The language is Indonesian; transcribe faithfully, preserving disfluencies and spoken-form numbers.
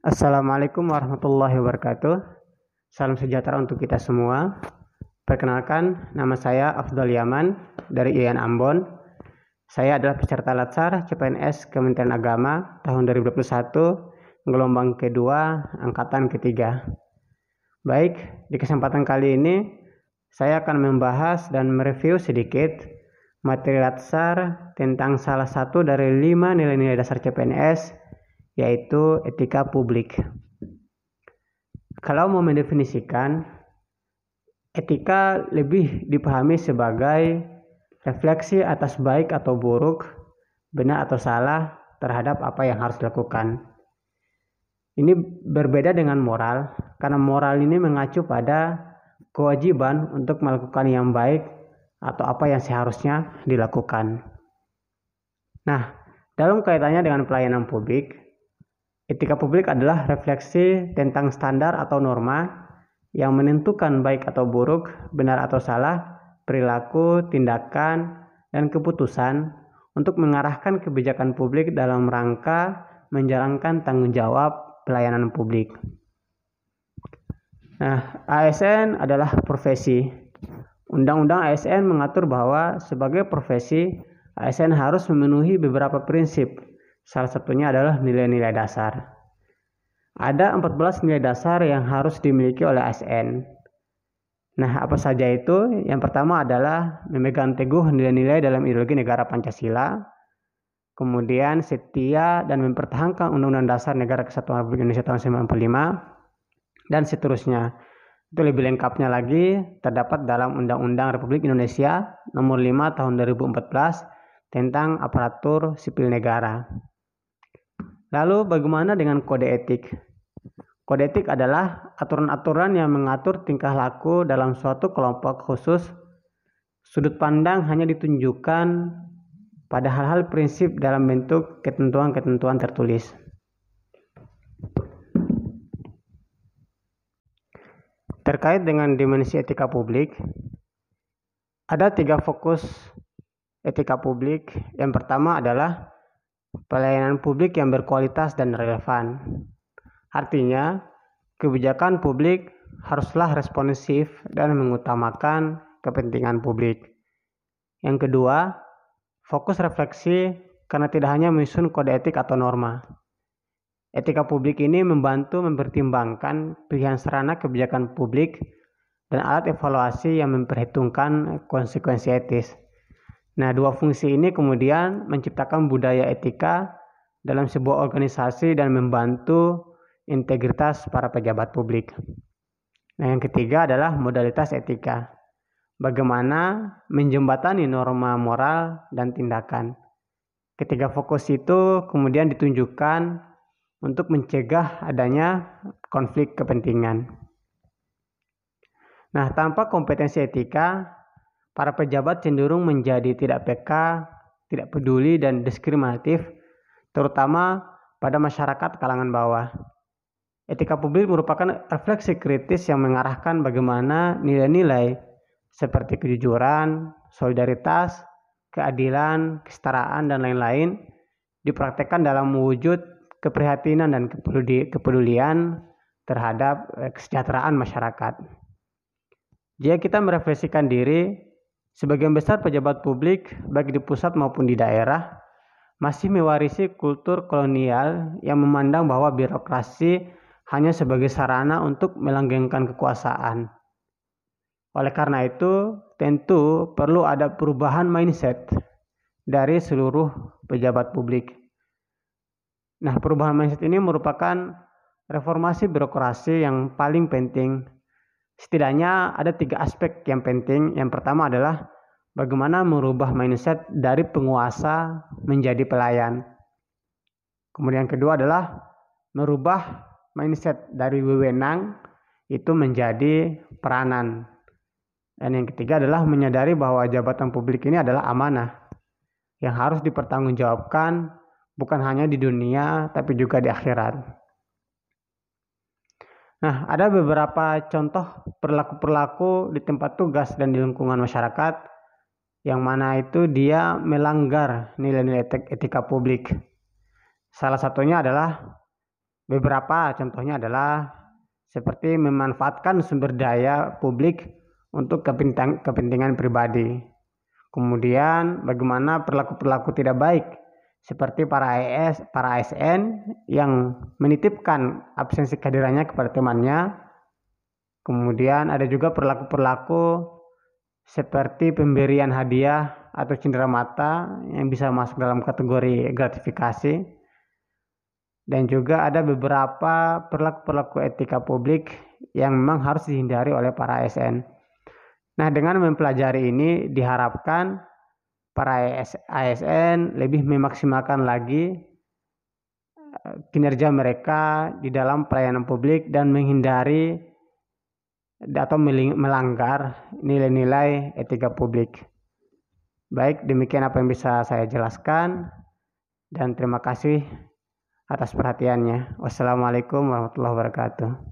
Assalamualaikum warahmatullahi wabarakatuh. Salam sejahtera untuk kita semua. Perkenalkan, nama saya Afdal Yaman dari I A I N Ambon. Saya adalah peserta Latsar C P N S Kementerian Agama tahun dua ribu dua puluh satu, gelombang kedua, angkatan ketiga. Baik, di kesempatan kali ini saya akan membahas dan mereview sedikit materi Latsar tentang salah satu dari lima nilai-nilai dasar C P N S, yaitu etika publik. Kalau mau mendefinisikan, etika lebih dipahami sebagai refleksi atas baik atau buruk, benar atau salah terhadap apa yang harus dilakukan. Ini berbeda dengan moral, karena moral ini mengacu pada kewajiban untuk melakukan yang baik atau apa yang seharusnya dilakukan. Nah, dalam kaitannya dengan pelayanan publik, etika publik adalah refleksi tentang standar atau norma yang menentukan baik atau buruk, benar atau salah, perilaku, tindakan, dan keputusan untuk mengarahkan kebijakan publik dalam rangka menjalankan tanggung jawab pelayanan publik. Nah, A S N adalah profesi. Undang-undang A S N mengatur bahwa sebagai profesi, A S N harus memenuhi beberapa prinsip. Salah satunya adalah nilai-nilai dasar. Ada empat belas nilai dasar yang harus dimiliki oleh A S N. Nah, apa saja itu? Yang pertama adalah memegang teguh nilai-nilai dalam ideologi negara Pancasila, kemudian setia dan mempertahankan Undang-Undang Dasar Negara Kesatuan Republik Indonesia tahun sembilan puluh lima, dan seterusnya. Itu lebih lengkapnya lagi terdapat dalam Undang-Undang Republik Indonesia nomor lima tahun dua ribu empat belas tentang aparatur sipil negara. Lalu bagaimana dengan kode etik? Kode etik adalah aturan-aturan yang mengatur tingkah laku dalam suatu kelompok khusus. Sudut pandang hanya ditunjukkan pada hal-hal prinsip dalam bentuk ketentuan-ketentuan tertulis. Terkait dengan dimensi etika publik, ada tiga fokus etika publik. Yang pertama adalah pelayanan publik yang berkualitas dan relevan. Artinya, kebijakan publik haruslah responsif dan mengutamakan kepentingan publik. Yang kedua, fokus refleksi karena tidak hanya menyusun kode etik atau norma. Etika publik ini membantu mempertimbangkan pilihan sarana kebijakan publik dan alat evaluasi yang memperhitungkan konsekuensi etis. Nah, dua fungsi ini kemudian menciptakan budaya etika dalam sebuah organisasi dan membantu integritas para pejabat publik. Nah, yang ketiga adalah modalitas etika. Bagaimana menjembatani norma moral dan tindakan. Ketiga fokus itu kemudian ditunjukkan untuk mencegah adanya konflik kepentingan. Nah, tanpa kompetensi etika, para pejabat cenderung menjadi tidak peka, tidak peduli, dan diskriminatif, terutama pada masyarakat kalangan bawah. Etika publik merupakan refleksi kritis yang mengarahkan bagaimana nilai-nilai seperti kejujuran, solidaritas, keadilan, kesetaraan, dan lain-lain dipraktekkan dalam mewujud keprihatinan dan kepedulian terhadap kesejahteraan masyarakat. Jika kita merefleksikan diri, sebagian besar pejabat publik, baik di pusat maupun di daerah, masih mewarisi kultur kolonial yang memandang bahwa birokrasi hanya sebagai sarana untuk melanggengkan kekuasaan. Oleh karena itu, tentu perlu ada perubahan mindset dari seluruh pejabat publik. Nah, perubahan mindset ini merupakan reformasi birokrasi yang paling penting. Setidaknya ada tiga aspek yang penting. Yang pertama adalah bagaimana merubah mindset dari penguasa menjadi pelayan. Kemudian yang kedua adalah merubah mindset dari wewenang itu menjadi peranan. Dan yang ketiga adalah menyadari bahwa jabatan publik ini adalah amanah yang harus dipertanggungjawabkan bukan hanya di dunia tapi juga di akhirat. Nah, ada beberapa contoh perilaku-perilaku di tempat tugas dan di lingkungan masyarakat yang mana itu dia melanggar nilai-nilai etika publik. Salah satunya adalah Beberapa contohnya adalah seperti memanfaatkan sumber daya publik untuk kepentingan pribadi. Kemudian bagaimana perilaku-perilaku tidak baik seperti para A S, para A S N yang menitipkan absensi kehadirannya kepada temannya. Kemudian ada juga perilaku-perilaku seperti pemberian hadiah atau cenderamata yang bisa masuk dalam kategori gratifikasi. Dan juga ada beberapa perilaku-perilaku etika publik yang memang harus dihindari oleh para A S N. Nah, dengan mempelajari ini diharapkan para A S N lebih memaksimalkan lagi kinerja mereka di dalam pelayanan publik dan menghindari atau melanggar nilai-nilai etika publik. Baik, demikian apa yang bisa saya jelaskan dan terima kasih atas perhatiannya. Wassalamualaikum warahmatullahi wabarakatuh.